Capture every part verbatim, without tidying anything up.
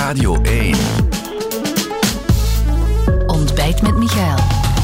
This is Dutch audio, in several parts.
Radio één. Ontbijt met Michael.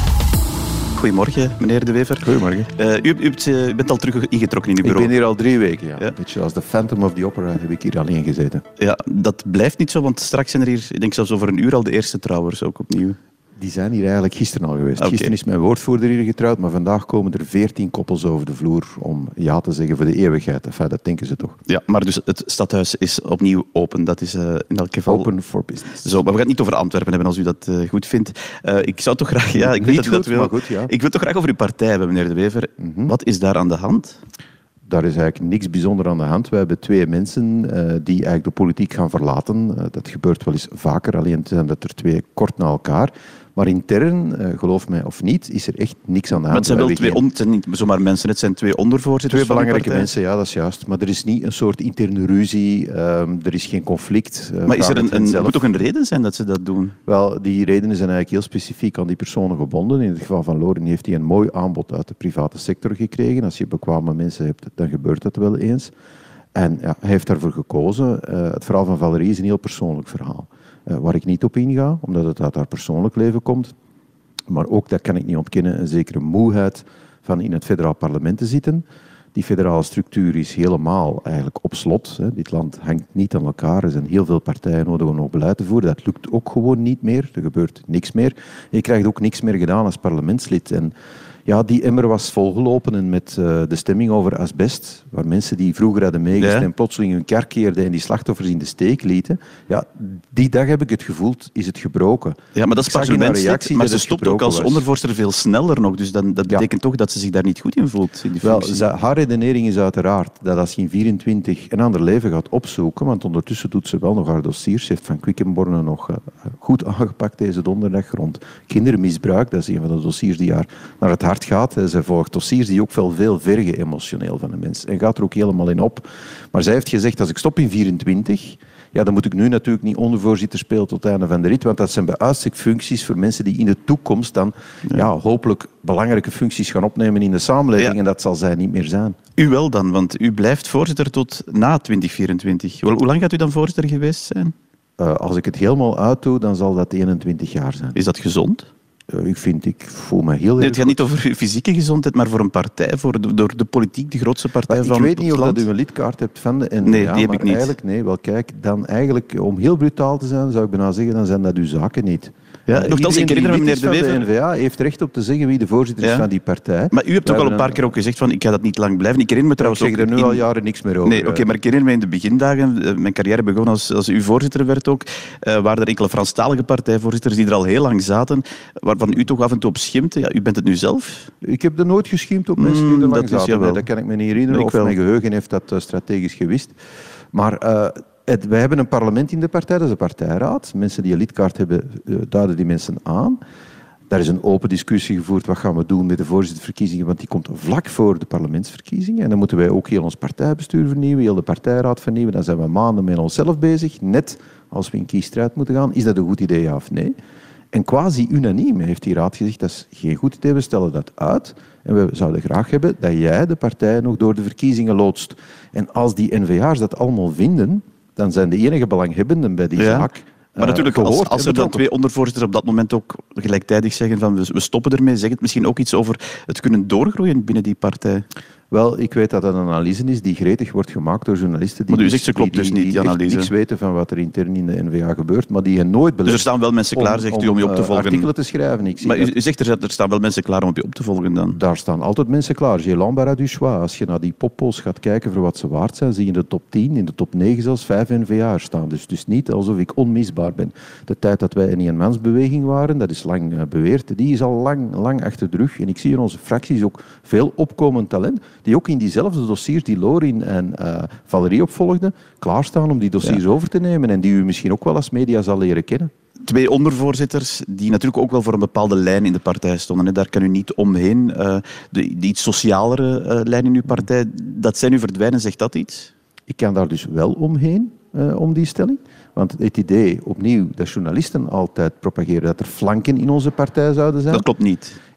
Goedemorgen, meneer De Wever. Goedemorgen. Uh, u, u, hebt, uh, u bent al terug ingetrokken in uw bureau. Ik ben hier al drie weken, ja. ja. Een beetje als de Phantom of the Opera heb ik hier alleen gezeten. Ja, dat blijft niet zo, want straks zijn er hier, ik denk zelfs over een uur al de eerste trouwers ook opnieuw. Die zijn hier eigenlijk gisteren al geweest. Okay. Gisteren is mijn woordvoerder hier getrouwd, maar vandaag komen er veertien koppels over de vloer om ja te zeggen voor de eeuwigheid. Enfin, dat denken ze toch. Ja, maar dus het stadhuis is opnieuw open. Dat is uh, in elk geval... Open for business. Zo, maar we gaan het niet over Antwerpen hebben als u dat uh, goed vindt. Uh, ik zou toch graag... Ja, ik niet weet dat u goed, dat wil. maar goed, ja. Ik wil toch graag over uw partij hebben, meneer De Wever. Mm-hmm. Wat is daar aan de hand? Daar is eigenlijk niks bijzonder aan de hand. We hebben twee mensen uh, die eigenlijk de politiek gaan verlaten. Uh, dat gebeurt wel eens vaker, alleen zijn dat er twee kort na elkaar. Maar intern, uh, geloof mij of niet, is er echt niks aan de hand. Maar het zijn wel twee geen... on... het zijn niet zomaar mensen, het zijn twee ondervoorzitters. Twee belangrijke van mensen, ja, dat is juist. Maar er is niet een soort interne ruzie, um, er is geen conflict. Uh, maar is er een, een, er moet toch een reden zijn dat ze dat doen? Wel, die redenen zijn eigenlijk heel specifiek aan die personen gebonden. In het geval van Loren heeft hij een mooi aanbod uit de private sector gekregen. Als je bekwame mensen hebt, dan gebeurt dat wel eens. En ja, hij heeft daarvoor gekozen. Uh, het verhaal van Valerie is een heel persoonlijk verhaal. Uh, waar ik niet op inga, omdat het uit haar persoonlijk leven komt. Maar ook, dat kan ik niet ontkennen, een zekere moeheid van in het federaal parlement te zitten. Die federale structuur is helemaal eigenlijk op slot. Hè. Dit land hangt niet aan elkaar. Er zijn heel veel partijen nodig om nog beleid te voeren. Dat lukt ook gewoon niet meer. Er gebeurt niks meer. En je krijgt ook niks meer gedaan als parlementslid. En ja, die emmer was volgelopen en met uh, de stemming over asbest, waar mensen die vroeger hadden meegestemd ja. plotseling hun kar keerden en die slachtoffers in de steek lieten. Ja, die dag heb ik het gevoeld, is het gebroken. Ja, maar dat is parlementslid, maar ze stopt ook als ondervoorzitter veel sneller nog. Dus dan, dat betekent ja. toch dat ze zich daar niet goed in voelt. In die Wel, ze, haar redenering is uiteraard dat als je in vierentwintig een ander leven gaat opzoeken, want ondertussen doet ze wel nog haar dossiers. Ze heeft van Quickenborne nog uh, goed aangepakt deze donderdag rond kindermisbruik. Dat is een van de dossiers die haar naar het hart gaat. Zij volgt dossiers die ook veel, veel vergen emotioneel van de mens. En gaat er ook helemaal in op. Maar zij heeft gezegd, als ik stop in vierentwintig, ja, dan moet ik nu natuurlijk niet ondervoorzitter spelen tot het einde van de rit, want dat zijn bij uitstek functies voor mensen die in de toekomst dan ja. Ja, hopelijk belangrijke functies gaan opnemen in de samenleving. Ja. En dat zal zij niet meer zijn. U wel dan, want u blijft voorzitter tot na twintig vierentwintig. Hoe lang gaat u dan voorzitter geweest zijn? Uh, als ik het helemaal uitdoe, dan zal dat eenentwintig jaar zijn. Is dat gezond? Uh, ik vind, ik voel me heel nee, erg Het gaat niet over uw fysieke gezondheid, maar voor een partij, voor de, door de politiek, de grootste partij maar van het land. Ik weet niet of dat u een lidkaart hebt van de N V A. Nee, die heb ik niet. Eigenlijk, nee, wel kijk, dan eigenlijk, om heel brutaal te zijn, zou ik bijna zeggen, dan zijn dat uw zaken niet. Ja, uh, nogthans, ik herinner me, meneer De Wever... De N V A heeft recht op te zeggen wie de voorzitter is ja. van die partij. Maar u hebt ook al een paar keer ook gezegd van, ik ga dat niet lang blijven. Ik herinner me trouwens ik zeg er nu in... al jaren niks meer over. Nee, oké, okay, maar ik herinner me in de begindagen, mijn carrière begon als, als u voorzitter werd ook, uh, waren er enkele Franstalige partijvoorzitters die er al heel lang zaten, waarvan u toch af en toe op schimpte. Ja, u bent het nu zelf? Ik heb er nooit geschimpt op mensen die er lang dat zaten. Nee, dat kan ik me niet herinneren, ik of wel. Mijn geheugen heeft dat uh, strategisch gewist. Maar... Uh, Het, wij hebben een parlement in de partij, dat is de partijraad. Mensen die een lidkaart hebben, duiden die mensen aan. Daar is een open discussie gevoerd. Wat gaan we doen met de voorzitterverkiezingen? Want die komt vlak voor de parlementsverkiezingen. En dan moeten wij ook heel ons partijbestuur vernieuwen, heel de partijraad vernieuwen. Dan zijn we maanden met onszelf bezig. Net als we in kiesstrijd moeten gaan. Is dat een goed idee, ja of nee? En quasi unaniem heeft die raad gezegd, dat is geen goed idee, we stellen dat uit. En we zouden graag hebben dat jij de partij nog door de verkiezingen loodst. En als die N V A's dat allemaal vinden, dan zijn de enige belanghebbenden bij die ja. zaak. Maar natuurlijk, uh, als, als er dan twee ondervoorzitters op dat moment ook gelijktijdig zeggen van we, we stoppen ermee, zegt het misschien ook iets over het kunnen doorgroeien binnen die partij? Wel, ik weet dat dat een analyse is die gretig wordt gemaakt door journalisten. Die maar u zegt, ze klopt die, dus die, niet, die analyse. Die niks weten van wat er intern in de N V A gebeurt, maar die hen nooit belet. Dus er staan wel mensen klaar, om, zegt u, om je op te uh, volgen? artikelen te schrijven. Ik zie maar u, dat... u zegt, er, er staan wel mensen klaar om op je op te volgen dan? Daar staan altijd mensen klaar. J'ai l'embarras du choix. Als je naar die poppolls gaat kijken voor wat ze waard zijn, zie je in de top tien, in de top negen zelfs vijf N V A's staan. Dus het is niet alsof ik onmisbaar ben. De tijd dat wij een eenmansbeweging waren, dat is lang uh, beweerd, die is al lang, lang achter de rug. En ik zie in onze fracties ook veel opkomend talent, die ook in diezelfde dossiers die Lorin en uh, Valerie opvolgden, klaarstaan om die dossiers ja. over te nemen en die u misschien ook wel als media zal leren kennen. Twee ondervoorzitters die natuurlijk ook wel voor een bepaalde lijn in de partij stonden. Hè. Daar kan u niet omheen. Uh, de, de iets socialere uh, lijn in uw partij, dat zij nu verdwijnen, zegt dat iets? Ik kan daar dus wel omheen, uh, om die stelling. Want het idee, opnieuw, dat journalisten altijd propageren dat er flanken in onze partij zouden zijn. Dat klopt niet.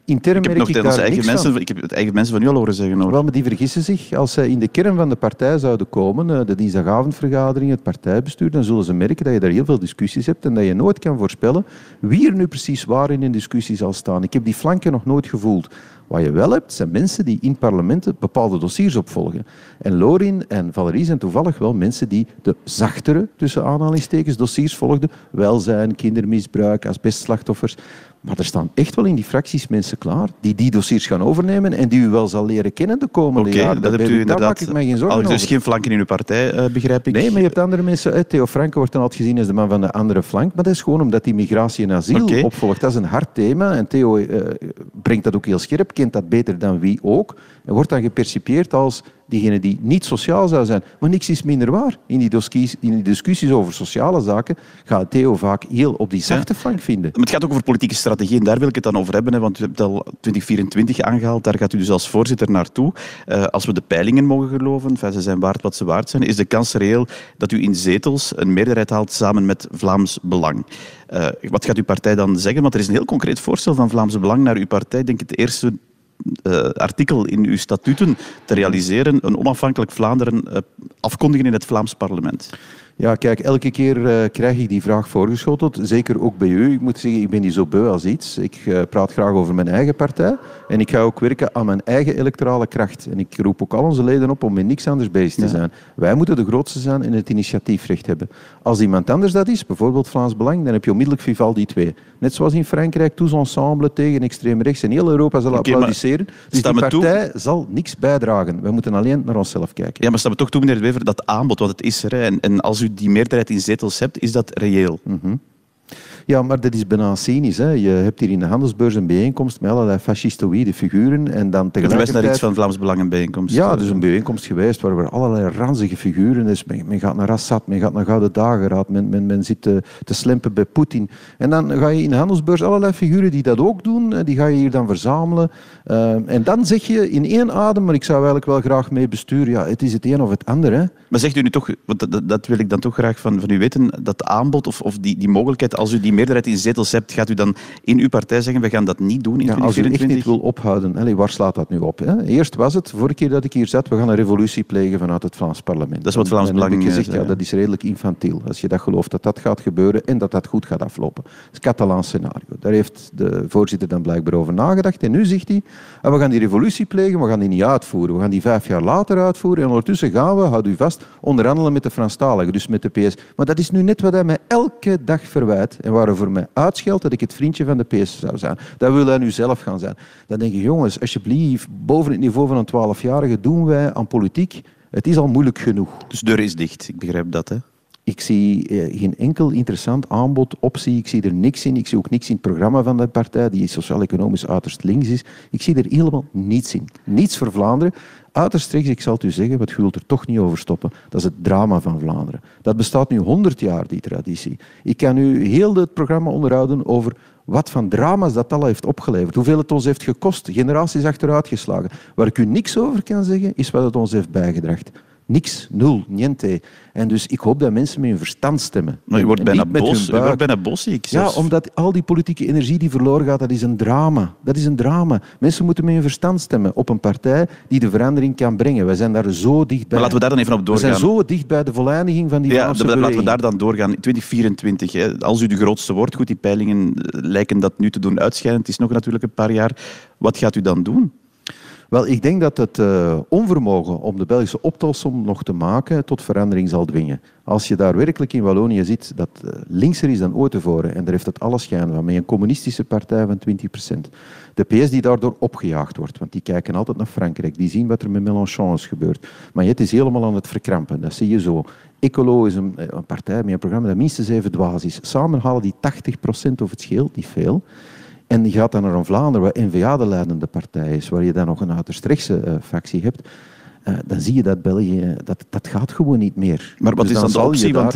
intern Ik heb merk nog ik tegen onze daar eigen niks van. mensen, ik heb het eigen mensen van u al horen zeggen. Hoor. Wel, maar die vergissen zich. Als zij in de kern van de partij zouden komen, eh, de dinsdagavondvergadering, het partijbestuur, dan zullen ze merken dat je daar heel veel discussies hebt en dat je nooit kan voorspellen wie er nu precies waar in een discussie zal staan. Ik heb die flanken nog nooit gevoeld. Wat je wel hebt, zijn mensen die in parlementen bepaalde dossiers opvolgen. En Lorin en Valerie zijn toevallig wel mensen die de zachtere, tussen aanhalingstekens, dossiers volgden. Welzijn, kindermisbruik, asbestslachtoffers. Maar er staan echt wel in die fracties mensen klaar die die dossiers gaan overnemen en die u wel zal leren kennen de komende Oké, jaren. dat hebt u Daar inderdaad maak ik mij geen zorgen al dus over. geen flanken in uw partij, uh, begrijp ik. Nee, maar je hebt andere mensen. Hè. Theo Franke wordt dan altijd gezien als de man van de andere flank. Maar dat is gewoon omdat hij migratie en asiel Oké. opvolgt. Dat is een hard thema. En Theo uh, brengt dat ook heel scherp, kent dat beter dan wie ook. En wordt dan gepercipieerd als diegene die niet sociaal zou zijn. Maar niks is minder waar. In die, discussies, in die discussies over sociale zaken gaat Theo vaak heel op die zachte Ja. flank vinden. Maar het gaat ook over politieke strategie en daar wil ik het dan over hebben. Hè, want u hebt al twintig vierentwintig aangehaald, daar gaat u dus als voorzitter naartoe. Uh, als we de peilingen mogen geloven, enfin, ze zijn waard wat ze waard zijn, is de kans reëel dat u in zetels een meerderheid haalt samen met Vlaams Belang. Uh, wat gaat uw partij dan zeggen? Want er is een heel concreet voorstel van Vlaams Belang naar uw partij. Ik denk het eerste uh, artikel in uw statuten te realiseren, een onafhankelijk Vlaanderen uh, afkondigen in het Vlaams parlement. Ja, kijk, elke keer uh, krijg ik die vraag voorgeschoteld. Zeker ook bij u. Ik moet zeggen, ik ben niet zo beu als iets. Ik uh, praat graag over mijn eigen partij. En ik ga ook werken aan mijn eigen electorale kracht. En ik roep ook al onze leden op om met niks anders bezig te zijn. Ja. Wij moeten de grootste zijn en het initiatiefrecht hebben. Als iemand anders dat is, bijvoorbeeld Vlaams Belang, dan heb je onmiddellijk Vivaldi twee. Net zoals in Frankrijk, tous ensemble tegen extreem rechts. En heel Europa zal okay, applaudisseren. Dus die partij toe... zal niks bijdragen. We moeten alleen naar onszelf kijken. Ja, maar sta me toch toe, meneer De Wever, dat aanbod wat het is er. Hè. En, en als u die meerderheid in zetels hebt, is dat reëel? Mm-hmm. Ja, maar dat is bijna cynisch. Hè. Je hebt hier in de handelsbeurs een bijeenkomst met allerlei fascistoïde figuren en dan tegelijkertijd... Je verwijst naar iets van Vlaams Belang een bijeenkomst. Ja, er is een bijeenkomst geweest waar er allerlei ranzige figuren is. Men, men gaat naar Assad, men gaat naar Gouden Dageraad, men, men, men zit te, te slempen bij Poetin. En dan ga je in de handelsbeurs allerlei figuren die dat ook doen, die ga je hier dan verzamelen. Uh, en dan zeg je in één adem, maar ik zou eigenlijk wel graag mee besturen, ja, het is het een of het ander. Hè. Maar zegt u nu toch, want dat, dat wil ik dan toch graag van, van u weten, dat aanbod of, of die, die mogelijkheid, als u die meerderheid in zetels hebt, gaat u dan in uw partij zeggen, we gaan dat niet doen in ja, twintig vierentwintig? Als u echt niet wil ophouden, allez, waar slaat dat nu op? Hè? Eerst was het, vorige keer dat ik hier zat, we gaan een revolutie plegen vanuit het Vlaams parlement. Dat is wat Vlaams Belang gezegd. is. Ja, dat is redelijk infantiel. Als je dat gelooft dat dat gaat gebeuren en dat dat goed gaat aflopen. Dat is het Catalaans scenario. Daar heeft de voorzitter dan blijkbaar over nagedacht. En nu zegt hij, we gaan die revolutie plegen, we gaan die niet uitvoeren. We gaan die vijf jaar later uitvoeren. En ondertussen gaan we, houd u vast, onderhandelen met de Franstaligen, dus met de P S. Maar dat is nu net wat hij mij elke dag verwijt en waar hij voor mij uitscheldt dat ik het vriendje van de P S zou zijn. Dat wil hij nu zelf gaan zijn. Dan denk je, jongens, alsjeblieft, boven het niveau van een twaalfjarige doen wij aan politiek. Het is al moeilijk genoeg. Dus de deur is dicht, ik begrijp dat, hè? Ik zie eh, geen enkel interessant aanbod, optie. Ik zie er niks in. Ik zie ook niks in het programma van de partij, die sociaal-economisch uiterst links is. Ik zie er helemaal niets in. Niets voor Vlaanderen. Uiterst rechts, ik zal het u zeggen, want je wilt er toch niet over stoppen. Dat is het drama van Vlaanderen. Dat bestaat nu honderd jaar, die traditie. Ik kan u heel het programma onderhouden over wat van drama's dat al heeft opgeleverd. Hoeveel het ons heeft gekost. Generaties achteruit geslagen. Waar ik u niks over kan zeggen, is wat het ons heeft bijgedragen. Niks, nul, niente. En dus ik hoop dat mensen met hun verstand stemmen. Maar je wordt bijna boos. Je wordt bijna bossiek. Ja, omdat al die politieke energie die verloren gaat, dat is een drama. Dat is een drama. Mensen moeten met hun verstand stemmen op een partij die de verandering kan brengen. Wij zijn daar zo dichtbij. Maar laten we daar dan even op doorgaan. We zijn zo dicht bij de voleindiging van die ja, Vlaamse de, beweging. Laten we daar dan doorgaan. twintig vierentwintig, hè. Als u de grootste wordt, goed, die peilingen lijken dat nu te doen uitschijnen. Het is nog natuurlijk een paar jaar. Wat gaat u dan doen? Wel, ik denk dat het uh, onvermogen om de Belgische optelsom nog te maken tot verandering zal dwingen. Als je daar werkelijk in Wallonië ziet dat uh, linkser is dan ooit tevoren, en daar heeft het alle schijn van, met een communistische partij van twintig procent. De P S die daardoor opgejaagd wordt, want die kijken altijd naar Frankrijk, die zien wat er met Mélenchon is gebeurd. Maar het is helemaal aan het verkrampen, dat zie je zo. Ecolo is een, een partij met een programma dat minstens even dwaas is. Samen halen die tachtig procent of het scheelt, niet veel. En die gaat dan naar een Vlaanderen, waar N V A de leidende partij is, waar je dan nog een uiterst rechtse uh, factie hebt. Uh, dan zie je dat België, dat, dat gaat gewoon niet meer. Maar wat dus is dan, dan de optie? Daar, want...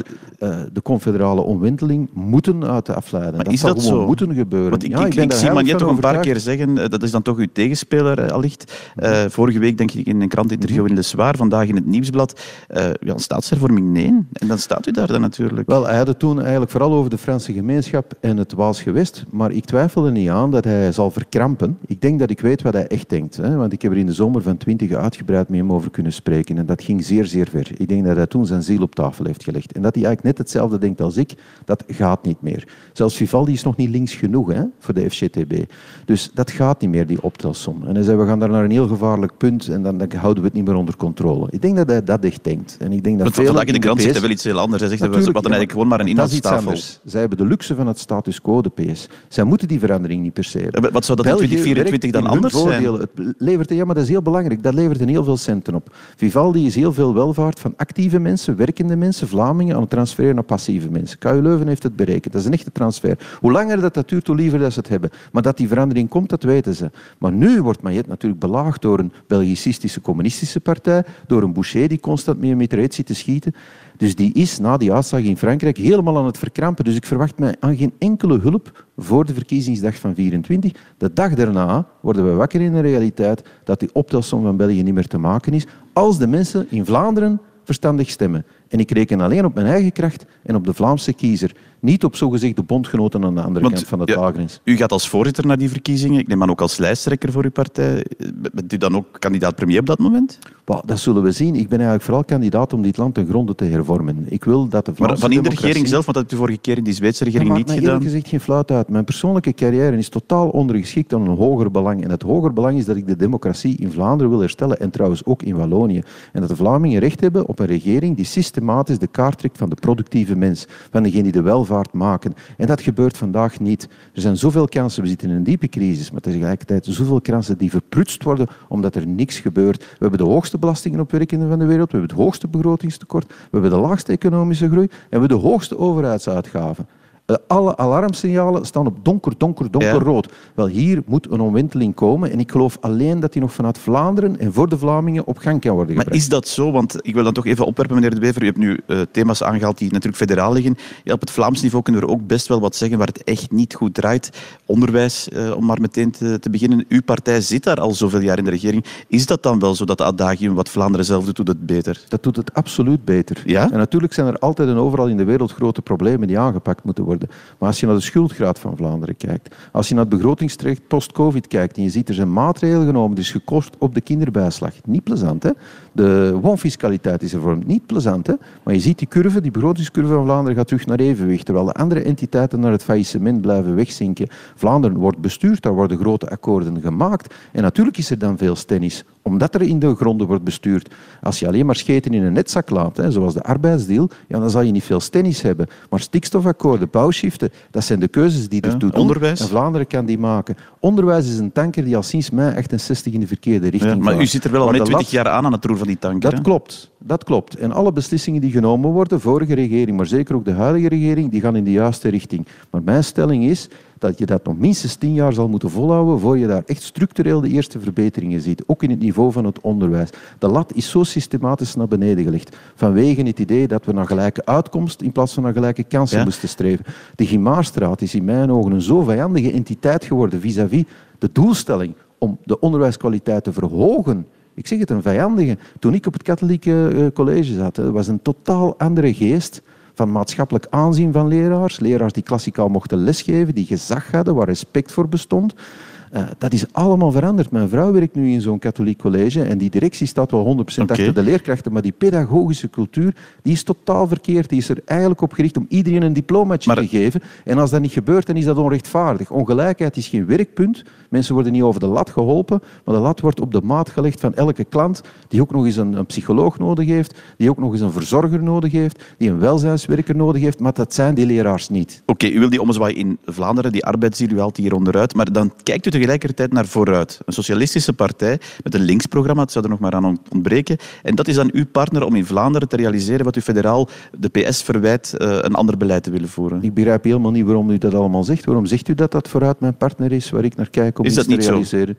uh, de confederale omwenteling moeten uit afleiden. Maar dat is zal dat gewoon zo? moeten gebeuren. Want ik, ja, ik, ik, ik zie Magnet toch een paar keer zeggen, uh, dat is dan toch uw tegenspeler uh, allicht. Uh, vorige week denk ik in een krantinterview mm-hmm. in Le Soir, vandaag in het Nieuwsblad. Uh, ja, staatshervorming, nee. En dan staat u daar dan natuurlijk. Wel, hij had het toen eigenlijk vooral over de Franse gemeenschap en het Waals gewest, maar ik twijfel er niet aan dat hij zal verkrampen. Ik denk dat ik weet wat hij echt denkt, hè? Want ik heb er in de zomer van twintig uitgebreid met hem over kunnen spreken en dat ging zeer, zeer ver. Ik denk dat hij toen zijn ziel op tafel heeft gelegd en dat hij eigenlijk net hetzelfde denkt als ik, dat gaat niet meer. Zelfs Vivaldi is nog niet links genoeg, hè, voor de F C T B. Dus dat gaat niet meer, die optelsom. En hij zei, we gaan daar naar een heel gevaarlijk punt en dan, dan houden we het niet meer onder controle. Ik denk dat hij dat echt denkt. En ik denk dat Want vandaag in de krant zegt hij wel iets heel anders. Hij zegt, we hadden eigenlijk gewoon maar een inhoudstafel. Dat is iets anders. Zij hebben de luxe van het status quo, de P S. Zij moeten die verandering niet per se hebben. Wat zou dat in twintig vierentwintig dan anders zijn? Het levert, ja, maar dat is heel belangrijk. Dat levert heel veel centen op. Vivaldi is heel veel welvaart van actieve mensen, werkende mensen, Vlamingen, aan het transfereren naar passieve mensen. K U Leuven heeft het berekend. Dat is een echte transfer. Hoe langer dat, dat duurt, hoe liever dat ze het hebben. Maar dat die verandering komt, dat weten ze. Maar nu wordt Magnet natuurlijk belaagd door een Belgicistische communistische partij, door een Boucher die constant met een mitrailleut zit te schieten. Dus die is na die uitslag in Frankrijk helemaal aan het verkrampen. Dus ik verwacht mij aan geen enkele hulp voor de verkiezingsdag van vierentwintig. De dag daarna worden we wakker in de realiteit dat die optelsom van België niet meer te maken is, als de mensen in Vlaanderen verstandig stemmen. En ik reken alleen op mijn eigen kracht en op de Vlaamse kiezer. Niet op zogezegd de bondgenoten aan de andere Want, kant van de ja, taalgrens. U gaat als voorzitter naar die verkiezingen. Ik neem aan ook als lijsttrekker voor uw partij. Bent u dan ook kandidaat-premier op dat moment? Well, dat zullen we zien. Ik ben eigenlijk vooral kandidaat om dit land ten gronde te hervormen. Ik wil dat de Vlaamse Maar van in de democratie... regering zelf, want dat hebt u vorige keer in die Zweedse regering dat niet maakt gedaan. Eerlijk gezegd geen fluit uit. Mijn persoonlijke carrière is totaal ondergeschikt aan een hoger belang. En het hoger belang is dat ik de democratie in Vlaanderen wil herstellen en trouwens ook in Wallonië. En dat de Vlamingen recht hebben op een regering die systematisch de kaart trekt van de productieve mens, van degenen die de welvaart maken. En dat gebeurt vandaag niet. Er zijn zoveel kansen, we zitten in een diepe crisis, maar tegelijkertijd zoveel kansen die verprutst worden omdat er niks gebeurt. We hebben de hoogste belastingen op werkenden van de wereld, we hebben het hoogste begrotingstekort, we hebben de laagste economische groei en we hebben de hoogste overheidsuitgaven. Alle alarmsignalen staan op donker, donker, donkerrood. Ja. Wel, hier moet een omwenteling komen en ik geloof alleen dat die nog vanuit Vlaanderen en voor de Vlamingen op gang kan worden gebracht. Maar is dat zo? Want ik wil dan toch even opwerpen, meneer De Wever. U hebt nu uh, thema's aangehaald die natuurlijk federaal liggen. Ja, op het Vlaams niveau kunnen we er ook best wel wat zeggen waar het echt niet goed draait. Onderwijs, uh, om maar meteen te, te beginnen. Uw partij zit daar al zoveel jaar in de regering. Is dat dan wel zo, dat adagium wat Vlaanderen zelf doet, doet het beter? Dat doet het absoluut beter. Ja? En natuurlijk zijn er altijd en overal in de wereld grote problemen die aangepakt moeten worden. Maar als je naar de schuldgraad van Vlaanderen kijkt, als je naar het begrotingsterecht post-covid kijkt en je ziet er zijn maatregelen genomen, er is gekost op de kinderbijslag. Niet plezant, hè? De woonfiscaliteit is hervormd. Niet plezant, hè? Maar je ziet die curve, die begrotingscurve van Vlaanderen gaat terug naar evenwicht, terwijl de andere entiteiten naar het faillissement blijven wegzinken. Vlaanderen wordt bestuurd, daar worden grote akkoorden gemaakt. En natuurlijk is er dan veel stennis, omdat er in de gronden wordt bestuurd. Als je alleen maar scheten in een netzak laat, hè, zoals de arbeidsdeal, ja, dan zal je niet veel stennis hebben. Maar stikstofakkoorden, bouwschiften, dat zijn de keuzes die ertoe ja, doen. onderwijs. En Vlaanderen kan die maken. Onderwijs is een tanker die al sinds mei achtenzestig in de verkeerde richting ja, maar gaat. u zit er wel al net twintig jaar aan aan het roer van die tanker. Dat hè? klopt. Dat klopt. En alle beslissingen die genomen worden, vorige regering, maar zeker ook de huidige regering, die gaan in de juiste richting. Maar mijn stelling is dat je dat nog minstens tien jaar zal moeten volhouden voor je daar echt structureel de eerste verbeteringen ziet. Ook in het niveau van het onderwijs. De lat is zo systematisch naar beneden gelegd. Vanwege het idee dat we naar gelijke uitkomst in plaats van naar gelijke kansen ja. moesten streven. De Gimaarstraat is in mijn ogen een zo vijandige entiteit geworden vis-à-vis de doelstelling om de onderwijskwaliteit te verhogen. Ik zeg het, een vijandige. Toen ik op het katholieke college zat, er was een totaal andere geest van maatschappelijk aanzien van leraars. Leraars die klassikaal mochten lesgeven, die gezag hadden, waar respect voor bestond. Uh, dat is allemaal veranderd. Mijn vrouw werkt nu in zo'n katholiek college en die directie staat wel honderd procent okay. achter de leerkrachten, maar die pedagogische cultuur die is totaal verkeerd. Die is er eigenlijk op gericht om iedereen een diplomaatje maar... te geven. En als dat niet gebeurt, dan is dat onrechtvaardig. Ongelijkheid is geen werkpunt. Mensen worden niet over de lat geholpen, maar de lat wordt op de maat gelegd van elke klant die ook nog eens een, een psycholoog nodig heeft, die ook nog eens een verzorger nodig heeft, die een welzijnswerker nodig heeft, maar dat zijn die leraars niet. Oké, okay, u wil die ommezwaai in Vlaanderen, die arbeidsdeal, u haalt hier onderuit, maar dan kijkt u tegelijkertijd naar vooruit. Een socialistische partij met een linksprogramma, het zou er nog maar aan ontbreken, en dat is dan uw partner om in Vlaanderen te realiseren wat u federaal de P S verwijt uh, een ander beleid te willen voeren. Ik begrijp helemaal niet waarom u dat allemaal zegt. Waarom zegt u dat dat vooruit mijn partner is, waar ik naar kijk om is iets dat te niet realiseren? Zo?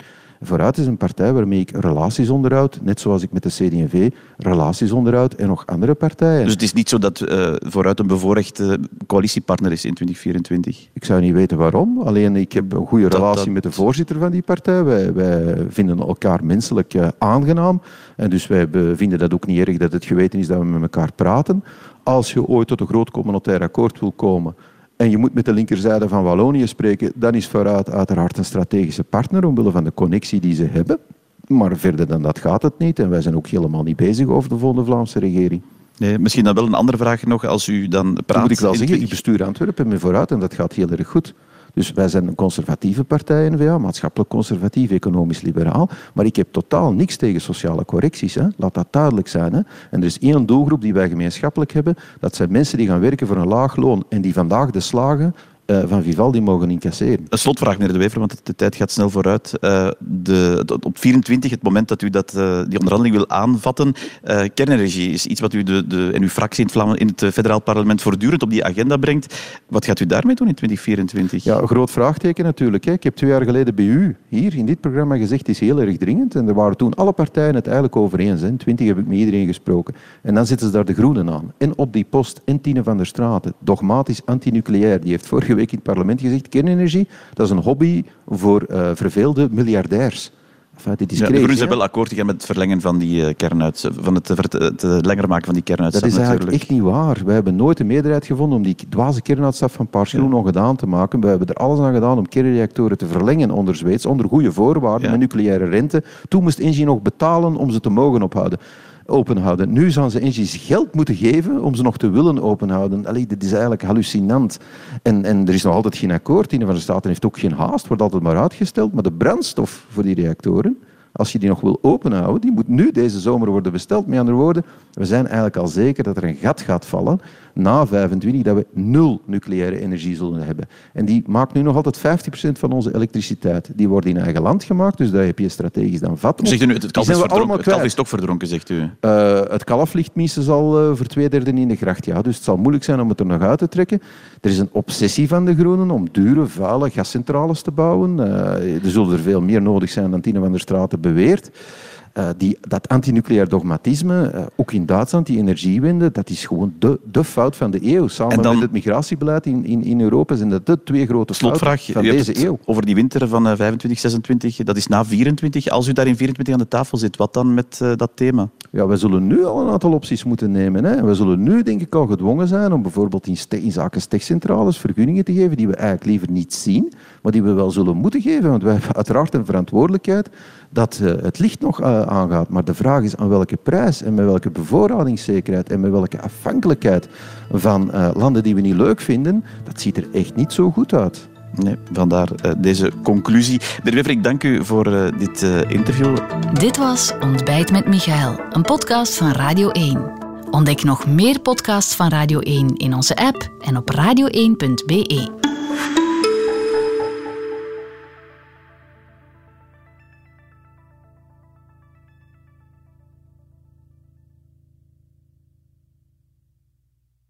Vooruit is een partij waarmee ik relaties onderhoud, net zoals ik met de C D en V relaties onderhoud en nog andere partijen. Dus het is niet zo dat uh, Vooruit een bevoorrechte coalitiepartner is in twintig vierentwintig? Ik zou niet weten waarom. Alleen ik heb een goede dat, relatie dat... met de voorzitter van die partij. Wij, wij vinden elkaar menselijk uh, aangenaam. En dus wij vinden dat ook niet erg dat het geweten is dat we met elkaar praten. Als je ooit tot een groot communautair akkoord wil komen en je moet met de linkerzijde van Wallonië spreken, dan is Vooruit uiteraard een strategische partner omwille van de connectie die ze hebben. Maar verder dan dat gaat het niet. En wij zijn ook helemaal niet bezig over de volgende Vlaamse regering. Nee, misschien dan wel een andere vraag nog. Als u dan praat... Dat moet ik wel zeggen, twintig... ik bestuur Antwerpen met Vooruit en dat gaat heel erg goed. Dus wij zijn een conservatieve partij, N V A, maatschappelijk conservatief, economisch liberaal. Maar ik heb totaal niks tegen sociale correcties. Hè. Laat dat duidelijk zijn. Hè. En er is één doelgroep die wij gemeenschappelijk hebben. Dat zijn mensen die gaan werken voor een laag loon en die vandaag de slagen Uh, van Vivaldi mogen incasseren. Een slotvraag, meneer De Wever, want de tijd gaat snel vooruit. Uh, de, de, op vierentwintig, het moment dat u dat, uh, die onderhandeling wil aanvatten, uh, kernenergie is iets wat u de, de, en uw fractie in het, Vlaam, in het federaal parlement voortdurend op die agenda brengt. Wat gaat u daarmee doen in twintig vierentwintig? Ja, een groot vraagteken natuurlijk. Hè. Ik heb twee jaar geleden bij u hier in dit programma gezegd, het is heel erg dringend. En er waren toen alle partijen het eigenlijk over eens. In twintig heb ik met iedereen gesproken. En dan zitten ze daar de Groenen aan. En op die post, en Tine van der Straten, dogmatisch antinucleair. Die heeft vorige week in het parlement gezegd, kernenergie, dat is een hobby voor uh, verveelde miljardairs. Enfin, dit is ja, crazy, de Groenen zijn hè? wel akkoord gegaan met het verlengen van die uh, kernuit, van het, het, het, het langer maken van die kernuitstap. Dat is eigenlijk natuurlijk. echt niet waar. Wij hebben nooit een meerderheid gevonden om die dwaze kernuitstap van Paars Groen ja. ongedaan te maken. We hebben er alles aan gedaan om kernreactoren te verlengen onder Zweeds, onder goede voorwaarden, ja. met nucleaire rente. Toen moest Engie nog betalen om ze te mogen ophouden. openhouden. Nu zouden ze Engie geld moeten geven om ze nog te willen openhouden. Allee, dit is eigenlijk hallucinant. En, en er is nog altijd geen akkoord. Tine van der Straten heeft ook geen haast, wordt altijd maar uitgesteld. Maar de brandstof voor die reactoren, als je die nog wil openhouden, die moet nu deze zomer worden besteld. Met andere woorden, we zijn eigenlijk al zeker dat er een gat gaat vallen na vijfentwintig, dat we nul nucleaire energie zullen hebben. En die maakt nu nog altijd vijftig procent van onze elektriciteit. Die wordt in eigen land gemaakt, dus daar heb je strategisch dan vat op. Zegt u nu, het kalf is, verdronken, het kalf is toch verdronken, zegt u? Uh, het kalf ligt minstens al uh, voor twee derde in de gracht. Ja, dus het zal moeilijk zijn om het er nog uit te trekken. Er is een obsessie van de Groenen om dure, vuile gascentrales te bouwen. Uh, er zullen er veel meer nodig zijn dan Tine van der Straten beweert. Uh, die, dat antinucleair dogmatisme, uh, ook in Duitsland, die energiewende, dat is gewoon de, de fout van de eeuw. Samen dan, met het migratiebeleid in, in, in Europa zijn dat de twee grote fouten van deze eeuw. Over die winter van uh, vijfentwintig, zesentwintig, dat is na vierentwintig. Als u daar in vierentwintig aan de tafel zit, wat dan met uh, dat thema? Ja, wij zullen nu al een aantal opties moeten nemen. Hè. We zullen nu, denk ik, al gedwongen zijn om bijvoorbeeld in, ste- in zaken stekcentrales vergunningen te geven die we eigenlijk liever niet zien, maar die we wel zullen moeten geven. Want wij hebben uiteraard een verantwoordelijkheid dat uh, het licht nog uh, aangaat. Maar de vraag is aan welke prijs en met welke bevoorradingszekerheid en met welke afhankelijkheid van uh, landen die we niet leuk vinden, dat ziet er echt niet zo goed uit. Nee, vandaar uh, deze conclusie. Meneer Wever, ik dank u voor uh, dit uh, interview. Dit was Ontbijt met Michael, een podcast van Radio één. Ontdek nog meer podcasts van Radio één in onze app en op radio één punt be.